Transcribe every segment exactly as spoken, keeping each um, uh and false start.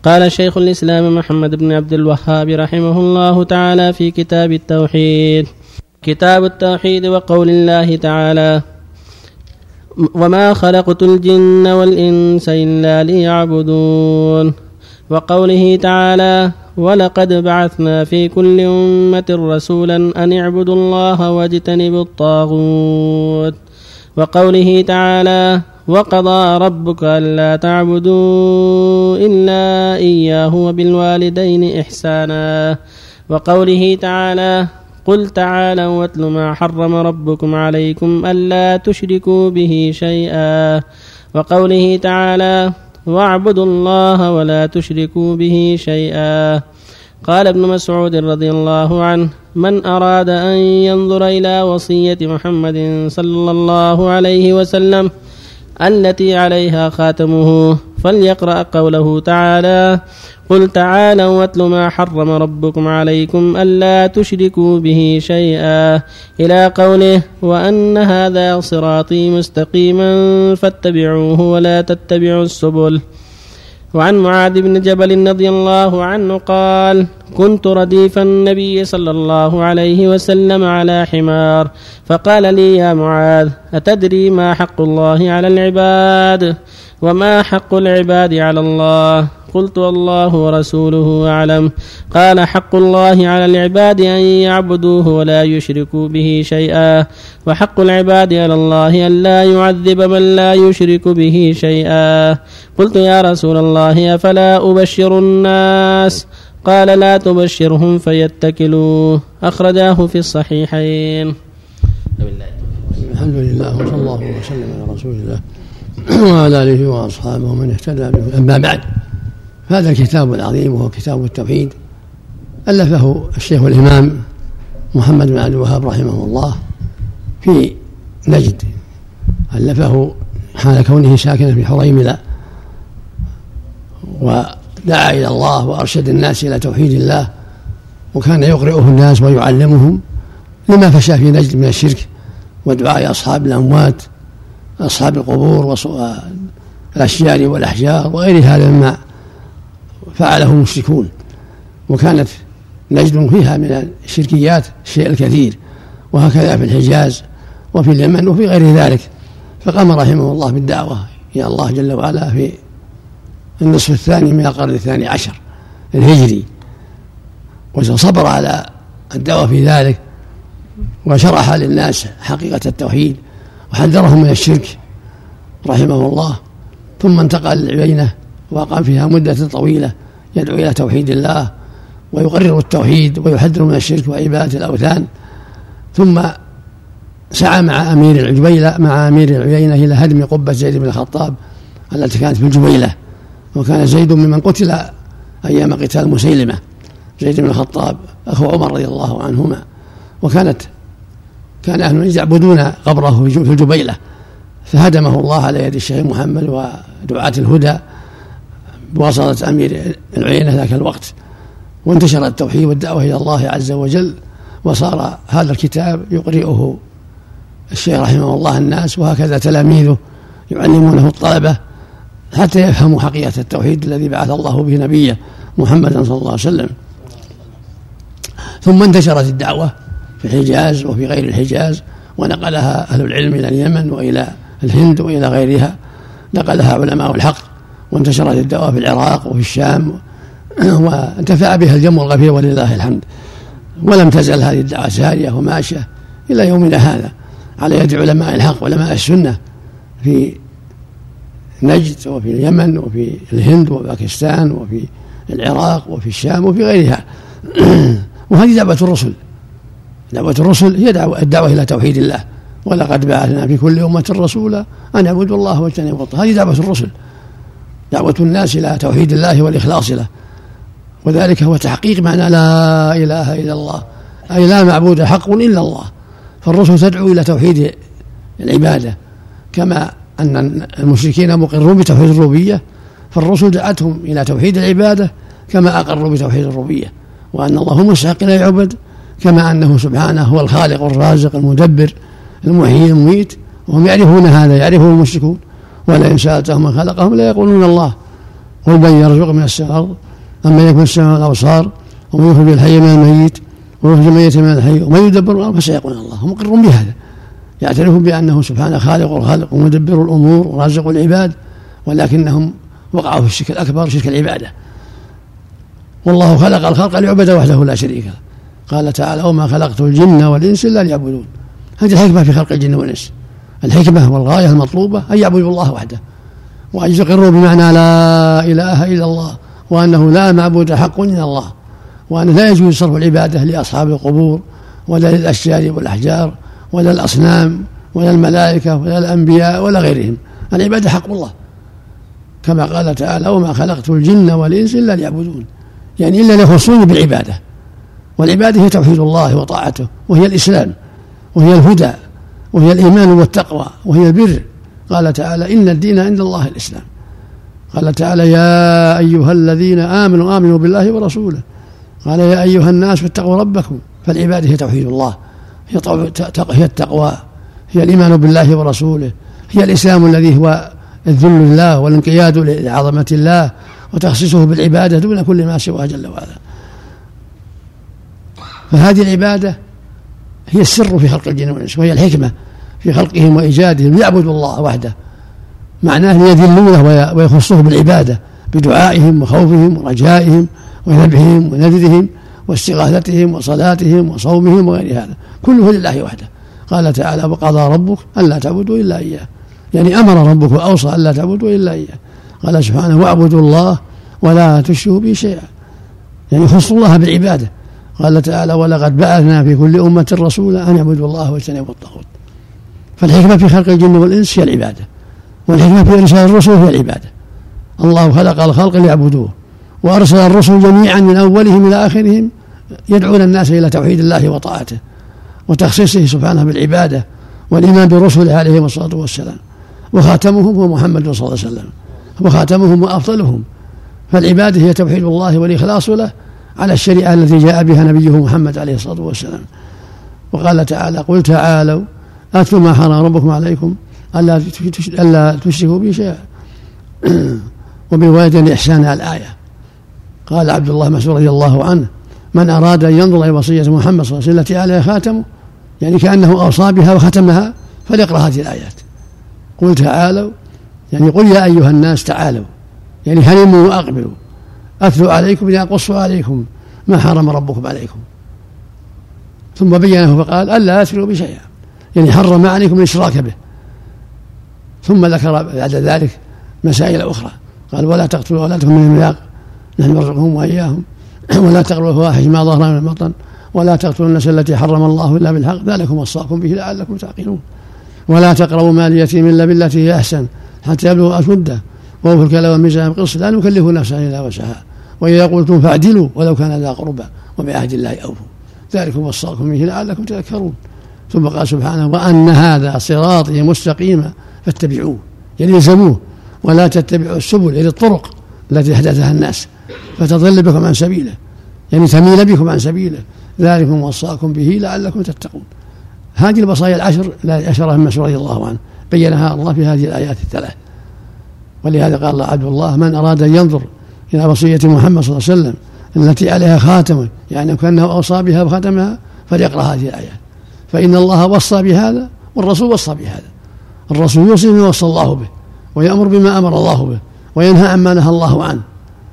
قال شيخ الإسلام محمد بن عبد الوهاب رحمه الله تعالى في كتاب التوحيد: كتاب التوحيد وقول الله تعالى: وما خلقت الجن والإنس إلا ليعبدون، وقوله تعالى: ولقد بعثنا في كل أمة رسولا أن اعبدوا الله واجتنبوا الطاغوت، وقوله تعالى: وقضى ربك ألا تعبدوا إلا إياه وبالوالدين إحسانا، وقوله تعالى: قل تعالوا واتل ما حرم ربكم عليكم ألا تشركوا به شيئا، وقوله تعالى: واعبدوا الله ولا تشركوا به شيئا. قال ابن مسعود رضي الله عنه: من أراد أن ينظر إلى وصية محمد صلى الله عليه وسلم التي عليها خاتمه فليقرأ قوله تعالى: قل تعالوا واتل ما حرم ربكم عليكم ألا تشركوا به شيئا، إلى قوله: وأن هذا صراطي مستقيما فاتبعوه ولا تتبعوا السبل. وعن معاذ بن جبل رضي الله عنه قال: كنت رديف النبي صلى الله عليه وسلم على حمار، فقال لي: يا معاذ، أتدري ما حق الله على العباد؟ وما حق العباد على الله؟ قلت: الله ورسوله أعلم. قال: حق الله على العباد أن يعبدوه ولا يشركوا به شيئا، وحق العباد على الله أن لا يعذب من لا يشرك به شيئا. قلت: يا رسول الله، أفلا أبشر الناس؟ قال: لا تبشرهم فيتكلوا. أخرجاه في الصحيحين. الحمد لله وصلى الله وسلم على رسول الله وعلى آله وأصحابه ومن اهتدى به. أما بعد، هذا الكتاب العظيم وهو كتاب التوحيد ألفه الشيخ الإمام محمد بن عبد الوهاب رحمه الله في نجد، ألفه حال كونه ساكنا في حريملة، ودعا إلى الله وأرشد الناس إلى توحيد الله، وكان يقرئه الناس ويعلمهم لما فشى في نجد من الشرك ودعاء أصحاب الأموات أصحاب القبور والأشجار والأحجار وغير هذا مما فعله المشركون. وكانت نجد فيها من الشركيات الشيء الكثير، وهكذا في الحجاز وفي اليمن وفي غير ذلك. فقام رحمه الله بالدعوة إلى الله جل وعلا في النصف الثاني من القرن الثاني عشر الهجري، وصبر على الدعوة في ذلك، وشرح للناس حقيقة التوحيد وحذرهم من الشرك رحمه الله. ثم انتقل للعيينة وقام فيها مدة طويلة يدعو إلى توحيد الله ويقرر التوحيد ويحذر من الشرك وعبادة الأوثان. ثم سعى مع أمير الجبيلة مع أمير العيينة إلى هدم قبة زيد بن الخطاب التي كانت في الجبيلة، وكان زيد ممن قتل أيام قتال مسيلمة، زيد بن الخطاب أخو عمر رضي الله عنهما. وكانت كان أهل نجد يعبدون قبره في الجبيلة، فهدمه الله على يد الشيخ محمد ودعاة الهدى بواسطة أمير العيينة ذاك الوقت، وانتشر التوحيد والدعوة إلى الله عز وجل، وصار هذا الكتاب يقرئه الشيخ رحمه الله الناس، وهكذا تلاميذه يعلمونه الطلبة حتى يفهموا حقيقة التوحيد الذي بعث الله به نبيه محمدا صلى الله عليه وسلم. ثم انتشرت الدعوة في الحجاز وفي غير الحجاز، ونقلها أهل العلم إلى اليمن وإلى الهند وإلى غيرها، نقلها علماء الحق، وانتشرت الدعوة في العراق وفي الشام، وانتفع بها الجمع الغفير ولله الحمد. ولم تزل هذه الدعوة سارية وماشية إلى يومنا هذا على يد علماء الحق علماء السنة في نجد وفي اليمن وفي الهند وباكستان وفي العراق وفي الشام وفي غيرها. وهذه دعوة الرسل، دعوة الرسل هي دعوة الدعوة إلى توحيد الله. ولقد بعثنا في كل أمة رسولا أن اعبدوا الله واجتنبوا الطاغوت. هذه دعوة الرسل، دعوة الناس إلى توحيد الله والإخلاص له، وذلك هو تحقيق معنى لا إله إلا الله، أي لا معبود حق إلا الله. فالرسل تدعو إلى توحيد العبادة، كما أن المشركين مقرون بتوحيد الربوبية، فالرسل دعتهم إلى توحيد العبادة كما أقروا بتوحيد الربوبية، وأن الله هو مستحق لا يعبد، كما أنه سبحانه هو الخالق الرازق المدبر المحيي المميت. وهم يعرفون هذا، يعرفه المشركون، ولئن سألتهم من خلقهم لا يقولون الله. قل من يرزق من السماء والأرض أمن يكون السماء والأبصار ومن يخرج الحي من الميت ويخرج الميت من الحي ومن يدبر الأمر فسيقولون الله. هم مقرون بهذا، يعترفون بأنه سبحانه خالق الخلق ومدبر الأمور ورازق العباد، ولكنهم وقعوا في الشرك الأكبر، شرك العبادة. والله خلق الخلق ليعبد وحده لا شريك له. قال تعالى وما خلقت الجن والإنس إلا ليعبدون. هذه الحكمة في خلق الجن والإنس، الحكمة والغاية المطلوبة أن يعبدوا الله وحده، وأن يقروا بمعنى لا إله إلا الله، وأنه لا معبود حق إلا الله، وأنه لا يجوز صرف العبادة لأصحاب القبور ولا للأشجار والأحجار ولا الأصنام ولا الملائكة ولا الأنبياء ولا غيرهم. العبادة حق الله، كما قال تعالى وما خلقت الجن والإنس إلا ليعبدون، يعني إلا ليخصوني بالعبادة. والعبادة هي توحيد الله وطاعته، وهي الإسلام، وهي الهدى، وهي الإيمان والتقوى، وهي البر. قال تعالى إن الدين عند الله الإسلام. قال تعالى يا أيها الذين آمنوا آمنوا بالله ورسوله. قال يا أيها الناس اتقوا ربكم. فالعبادة هي توحيد الله، هي التقوى، هي الإيمان بالله ورسوله، هي الإسلام الذي هو الذل لله والانقياد لعظمة الله وتخصيصه بالعبادة دون كل ما سواه جل وعلا. فهذه العبادة هي السر في خلق الجن والإنس، وهي الحكمة في خلقهم وإيجادهم ليعبدوا الله وحده، معناه ليذلونه ويخصوه بالعبادة بدعائهم وخوفهم ورجائهم وذبحهم ونذرهم واستغاثتهم وصلاتهم وصومهم وغير هذا، كله لله وحده. قال تعالى وقضى ربك ألا تعبدوا إلا إياه، يعني أمر ربك وأوصى ألا تعبدوا إلا إياه. قال سبحانه واعبدوا الله ولا تشركوا به شيئا، يعني خصوا الله بالعبادة. قال تعالى ولقد بعثنا في كل أمة رسولا أن يعبدوا الله واجتنبوا الطاغوت. فالحكمة في خلق الجن والإنس هي العبادة، والحكمة في إرسال الرسل هي العبادة. الله خلق الخلق ليعبدوه، وأرسل الرسل جميعا من أولهم إلى آخرهم يدعون الناس إلى توحيد الله وطاعته وتخصيصه سبحانه بالعبادة والإيمان برسله عليهم الصلاة والسلام. وخاتمهم هو محمد صلى الله عليه وسلم، وخاتمهم وأفضلهم. فالعبادة هي توحيد الله والإخلاص له على الشريعة التي جاء بها نبيه محمد عليه الصلاة والسلام. وقال تعالى قل تعالوا أتلوا ما حرم ربكم عليكم ألا تشركوا به شيئا وبالوالدين إحسانا الآية. قال عبد الله مسعود رضي الله عنه من أراد أن ينظر إلى وصية محمد صلى الله عليه وسلم التي عليها خاتمه، يعني كأنه أوصى بها وختمها، فليقرأ هذه الآيات. قل تعالوا يعني قل يا أيها الناس تعالوا، يعني هلموا وأقبلوا، أتلوا عليكم يعني أقصوا عليكم ما حرم ربكم عليكم. ثم بينه فقال ألا تشركوا بشيئا، يعني حرم عليكم الإشراك به. ثم ذكر بعد ذلك مسائل أخرى، قال ولا تقتلوا أولادكم من الإملاق نحن نرزقهم وإياهم، ولا تقربوا الفواحش ما ظهر من البطن، ولا تقتلوا النفس التي حرم الله إلا بالحق ذلكم وصاكم به لعلكم تعقلون، ولا تقربوا مال اليتيم إلا بالتي هي أحسن حتى يبلغ أشده وأوفوا الكيل والميزان بالقسط لا نكلف نفسا إلا وسعها وإذا قلتم فاعدلوا ولو كان ذا قربى وبعهد الله أوفوا ذلكم وصاكم به لعلكم تذكرون. ثم قال سبحانه وأن هذا صراطي مستقيما فاتبعوه، يعني يلزموه، ولا تتبعوا السبل، يعني الطرق التي حدثها الناس فتضل بكم عن سبيله، يعني تميل بكم عن سبيله، ذلكم وصاكم به لعلكم تتقون. هذه الوصايا العشر لا أشرها من مسعود رضي الله عنه بينها الله في هذه الآيات الثلاث. ولهذا قال الله عبد الله من أراد أن ينظر إلى وصية محمد صلى الله عليه وسلم التي عليها خاتمه، يعني كأنه أوصى بها وختمها، فليقرأ هذه الآيات، فإن الله وصى بهذا والرسول وصى بهذا. الرسول يوصي بما وصى الله به ويأمر بما أمر الله به وينهى عما نهى الله عنه.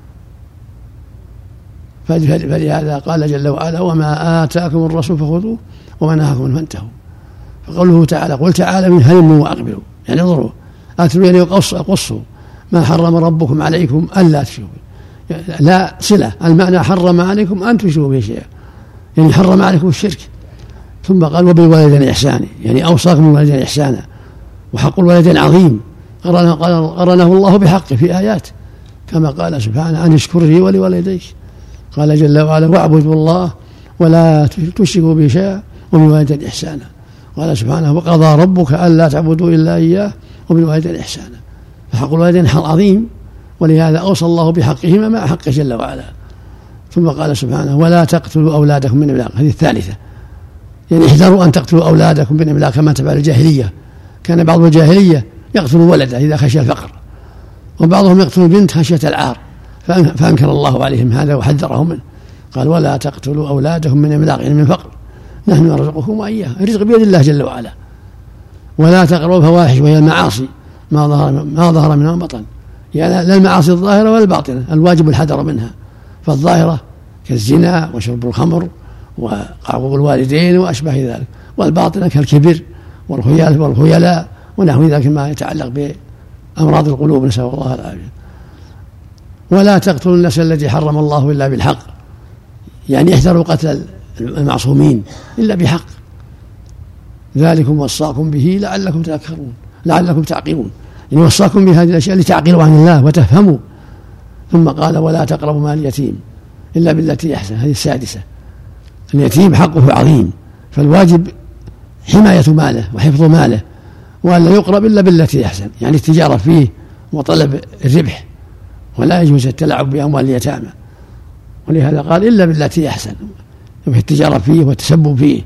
فلهذا قال جل وعلا وما آتاكم الرسول فخذوه وما نهاكم عنه فانتهوا. فقوله تعالى قل تعالى من هلموا وأقبلوا، يعني انظروا أتلوا يعني قصوا ما حرم ربكم عليكم ألا تشركوا، يعني لا صلة، المعنى حرم عليكم أن تشركوا به شيئا، يعني حرم عليكم الشرك. ثم قال وبالوالدين إحسانا، يعني أوصاكم بالوالدين إحسانا، وحق الوالدين عظيم قرنه الله بحقه في آيات كما قال سبحانه أن اشكر لي ولوالديك. قال جل وعلا واعبدوا الله ولا تشركوا به شيئا وبالوالدين إحسانا. قال سبحانه وقضى ربك ألا تعبدوا إلا إياه وبالوالدين إحسانا. فحق الوالدين حق عظيم، ولهذا أوصى الله بحقهما مع حقه جل وعلا. ثم قال سبحانه ولا تقتلوا أولادكم من إملاق، هذه الثالثة، يعني احذروا أن تقتلوا أولادكم من إملاق كما تفعل الجاهلية. كان بعض الجاهلية يقتل ولده إذا خشي الفقر، وبعضهم يقتل البنت خشية العار، فأنكر الله عليهم هذا وحذرهم منه، قال ولا تقتلوا أولادهم من إملاق يعني من فقر، نحن نرزقكم وإياه، الرزق بيد الله جل وعلا. ولا تقربوا الفواحش وهي المعاصي ما ظهر ما ظهر منها بطن، يعني لا المعاصي الظاهرة ولا الباطنة، الواجب الحذر منها. فالظاهرة كالزنا وشرب الخمر وعقوق الوالدين وأشبه ذلك، والباطنة كالكبر والخيال والخيلاء ونحو ذلك ما يتعلق بأمراض القلوب، نسأل الله العافية. ولا تقتلوا النفس التي حرم الله إلا بالحق، يعني احذروا قتل المعصومين إلا بحق، ذلكم وصاكم به لعلكم تذكرون لعلكم تعقلون، يعني وصاكم بهذه الأشياء لتعقلوا عن الله وتفهموا. ثم قال ولا تقربوا مال اليتيم إلا بالتي أحسن، هذه السادسة. اليتيم حقه عظيم، فالواجب حماية ماله وحفظ ماله، وألا يقرب إلا بالتي أحسن، يعني التجارة فيه وطلب الربح، ولا يجوز التلاعب بأموال اليتامى، ولهذا قال إلا بالتي أحسن، في التجارة فيه والتسبب فيه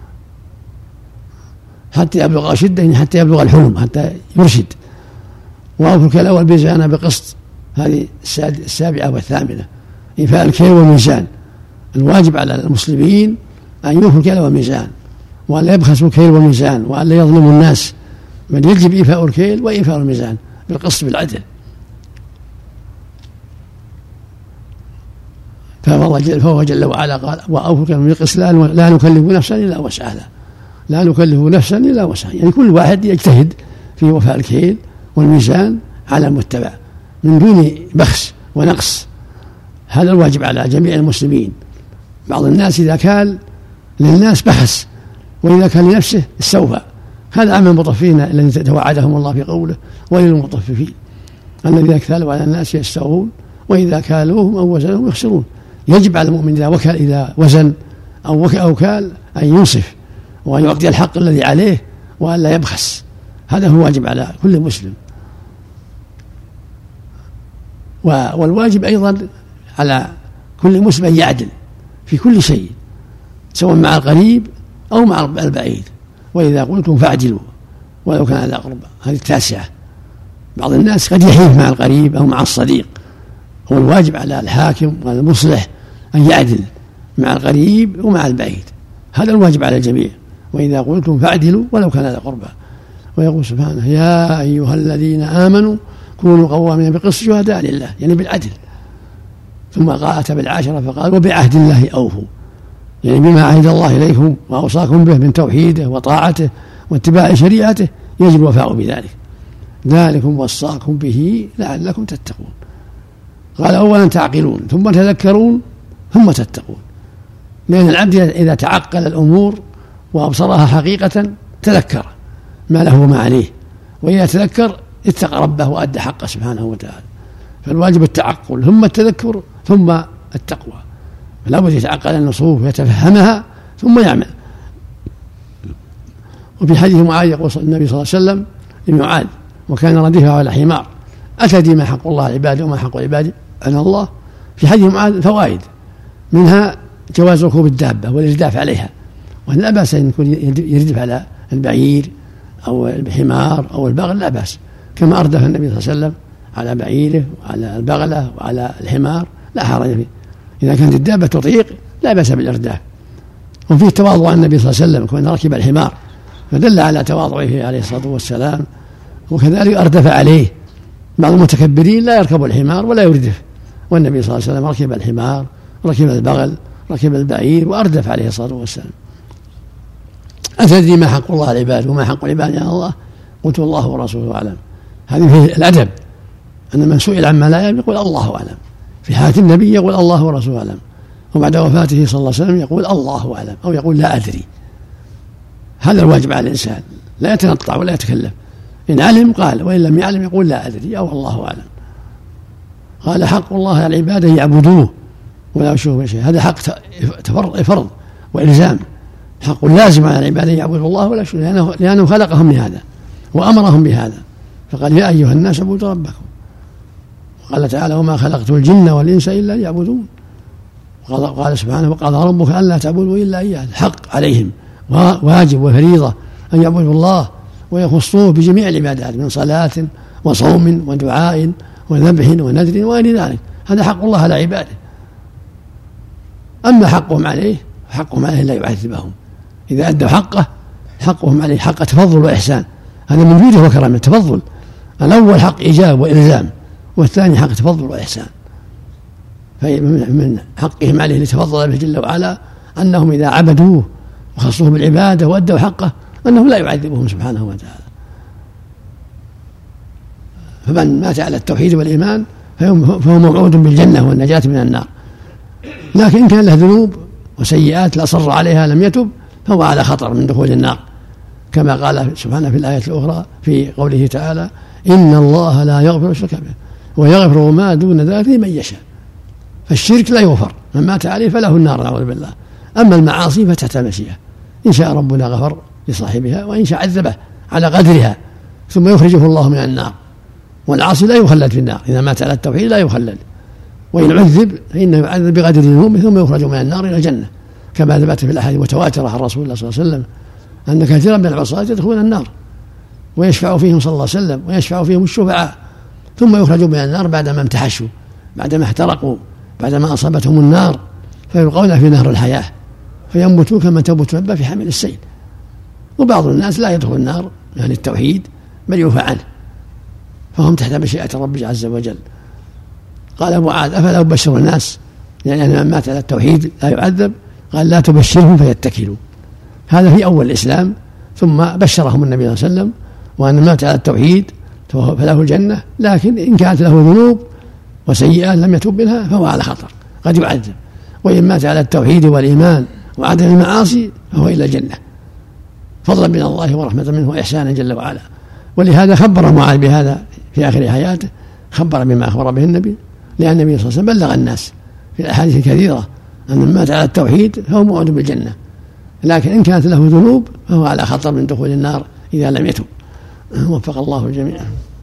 حتى يبلغ أشده، حتى يبلغ الحلم، حتى يرشد. وأوفوا الكيل والميزان بقسط، هذه السابعة والثامنة، إيفاء الكيل والميزان. الواجب على المسلمين أن يوفوا الكيل والميزان، وأن لا يبخسوا الكيل والميزان، وأن لا يظلموا الناس، بل يجب إيفاء الكيل وإيفاء الميزان بالقسط بالعدل. فهو جل وعلا قال وأوفوا الكيل بالقسط لا نكلف نفسا إلا وسعها، لا نكلف نفسا إلا وسعها، يعني كل واحد يجتهد في وفاء الكيل والميزان على المتبع من دون بخس ونقص. هذا الواجب على جميع المسلمين. بعض الناس إذا كان للناس بخس، وإذا كان لنفسه استوفى، هذا عمل المطففين الذي توعدهم الله في قوله وللمطففين الذين اكتالوا على الناس يستوفون وإذا كالوهم أو وزنهم يخسرون. يجب على المؤمن إذا وكل إذا وزن أو وكال أن ينصف وأن يعطي الحق الذي عليه وأن لا يبخس، هذا هو واجب على كل مسلم. والواجب أيضا على كل مسلم أن يعدل في كل شيء، سواء مع القريب أو مع البعيد، وإذا قلتم فاعدلوا ولو كان هذا أقرب. هذه التاسعة. بعض الناس قد يحيف مع القريب أو مع الصديق، هو الواجب على الحاكم والمصلح أن يعدل مع القريب ومع البعيد، هذا الواجب على الجميع. وإذا قلتم فاعدلوا ولو كان هذا قربا. ويقول سبحانه يا أيها الذين آمنوا كونوا قوامين بالقسط شهداء لله، يعني بالعدل. ثم أتى بالعاشرة فقال وبعهد الله أوفوا، يعني بما عهد الله إليكم وأوصاكم به من توحيده وطاعته واتباع شريعته يجب الوفاء بذلك، ذلكم وصاكم به لعلكم تتقون. قال أولا تعقلون ثم تذكرون ثم تتقون، لأن العبد إذا تعقل الأمور وأبصرها حقيقة تذكر ما له وما عليه، وإذا تذكر اتقى ربه وأدى حقه سبحانه وتعالى. فالواجب التعقل ثم التذكر ثم التقوى، فلا بد يتعقل النصوص ويتفهمها ثم يعمل. وفي حديث معاذ يقول النبي صلى الله عليه وسلم لمعاذ وكان رديفه على حمار أتدري ما حق الله على العباد وما حق العباد على الله؟ في حديث معاذ فوائد، منها جواز ركوب الدابة والإرداف عليها، وأن لا بأس أن يكون يردف على البعير أو الحمار أو البغل، لا بأس، كما أردف النبي صلى الله عليه وسلم على بعيره وعلى البغلة وعلى الحمار، لا حرج فيه. إذا كانت الدابة تطيق لا بأس بالإرداف. وفيه تواضع النبي صلى الله عليه وسلم كون ركب الحمار فدل على تواضعه عليه الصلاة والسلام، وكذلك أردف عليه. بعض المتكبرين لا يركب الحمار ولا يردف، والنبي صلى الله عليه وسلم ركب الحمار ركب البغل ركب البعير وأردف عليه الصلاة والسلام. أتدري ما حق الله على العباد وما حق العباد على الله؟ قلت الله ورسوله أعلم. هذه فيه الأدب، أن من سئل عما لا يعلم يقول الله أعلم. في حياة النبي يقول الله ورسوله أعلم، وبعد وفاته صلى الله عليه وسلم يقول الله أعلم أو يقول لا أدري. هذا الواجب على الإنسان، لا يتنطع ولا يتكلم، إن علم قال وإن لم يعلم يقول لا أدري أو الله أعلم. قال حق الله على العباد يعبدوه ولا يشركوا به شيئا، هذا حق فرض وإلزام، حق لازم على العباد يعبدوا الله ولا يشركوا، لأنه, لأنه خلقهم لهذا وأمرهم بهذا، فقال يا أيها الناس اعبدوا ربكم. قال تعالى وما خلقت الجن والإنس إلا ليعبدون. قال سبحانه وقضى ربك ألا تعبدوا إلا إياه، الحق عليهم واجب وفريضة أن يعبدوا الله ويخصوه بجميع العبادات من صلاة وصوم ودعاء وذبح ونذر وغير ذلك، هذا حق الله على عباده. أما حقهم عليه حقهم عليه لا يعذبهم إذا أدوا حقه. حقهم عليه حق تفضل وإحسان، هذا من جوده وكرمه، تفضل. الأول حق إيجاب وإلزام، والثاني حق تفضل وإحسان. فمن حقهم عليه لتفضل به جل وعلا أنهم إذا عبدوه وخصوه بالعبادة وأدوا حقه أنه لا يعذبهم سبحانه وتعالى. فمن مات على التوحيد والإيمان فهو موعود بالجنة والنجاة من النار. لكن إن كان له ذنوب وسيئات لا صر عليها لم يتب فهو على خطر من دخول النار، كما قال سبحانه في الآية الأخرى في قوله تعالى: إن الله لا يغفر الشرك به ويغفر ما دون ذلك لمن يشاء. فالشرك لا يغفر، من مات عليه فله النار نعوذ بالله. أما المعاصي فتحت المشيئة، إن شاء ربنا غفر لصاحبها وإن شاء عذبه على قدرها ثم يخرجه الله من النار. والعاصي لا يخلد في النار، إذا مات على التوحيد لا يخلد، وإن عذب فإنه يعذب بقدر ذنوبه ثم يخرج من النار إلى الجنة، كما ثبت في الأحاديث المتواترة عن رسول الله صلى الله عليه وسلم أن كثيرا من العصاة يدخلون النار ويشفع فيهم صلى الله عليه وسلم ويشفع فيهم الشفعاء، ثم يخرجوا من النار بعدما امتحشوا، بعدما احترقوا، بعدما أصابتهم النار، فيلقون في نهر الحياة فينبتوا كما تنبت الحبة في حامل السيل. وبعض الناس لا يدخل النار يعني التوحيد بل يوفى عنه، فهم تحت مشيئة رب عز وجل. قال أبو عاد: أفلا أبشر الناس؟ يعني أن من مات على التوحيد لا يعذب. قال: لا تبشرهم فيتكلوا. هذا في أول الإسلام، ثم بشرهم النبي صلى الله عليه وسلم وأن من مات على التوحيد فله الجنة، لكن إن كانت له ذنوب وسيئات لم يتوب منها فهو على خطر قد يعذب. وإن مات على التوحيد والإيمان وعدم المعاصي فهو إلى الجنة، فضلا من الله ورحمة منه وإحسانا جل وعلا. ولهذا خبر معاذ بهذا في آخر حياته، خبر بما أخبر به النبي، لأن النبي صلى الله عليه وسلم بلغ الناس في الأحاديث الكثيرة أن من مات على التوحيد فهو موعود بالجنة، لكن إن كانت له ذنوب فهو على خطر من دخول النار إذا لم يتب. وفق الله الجميع.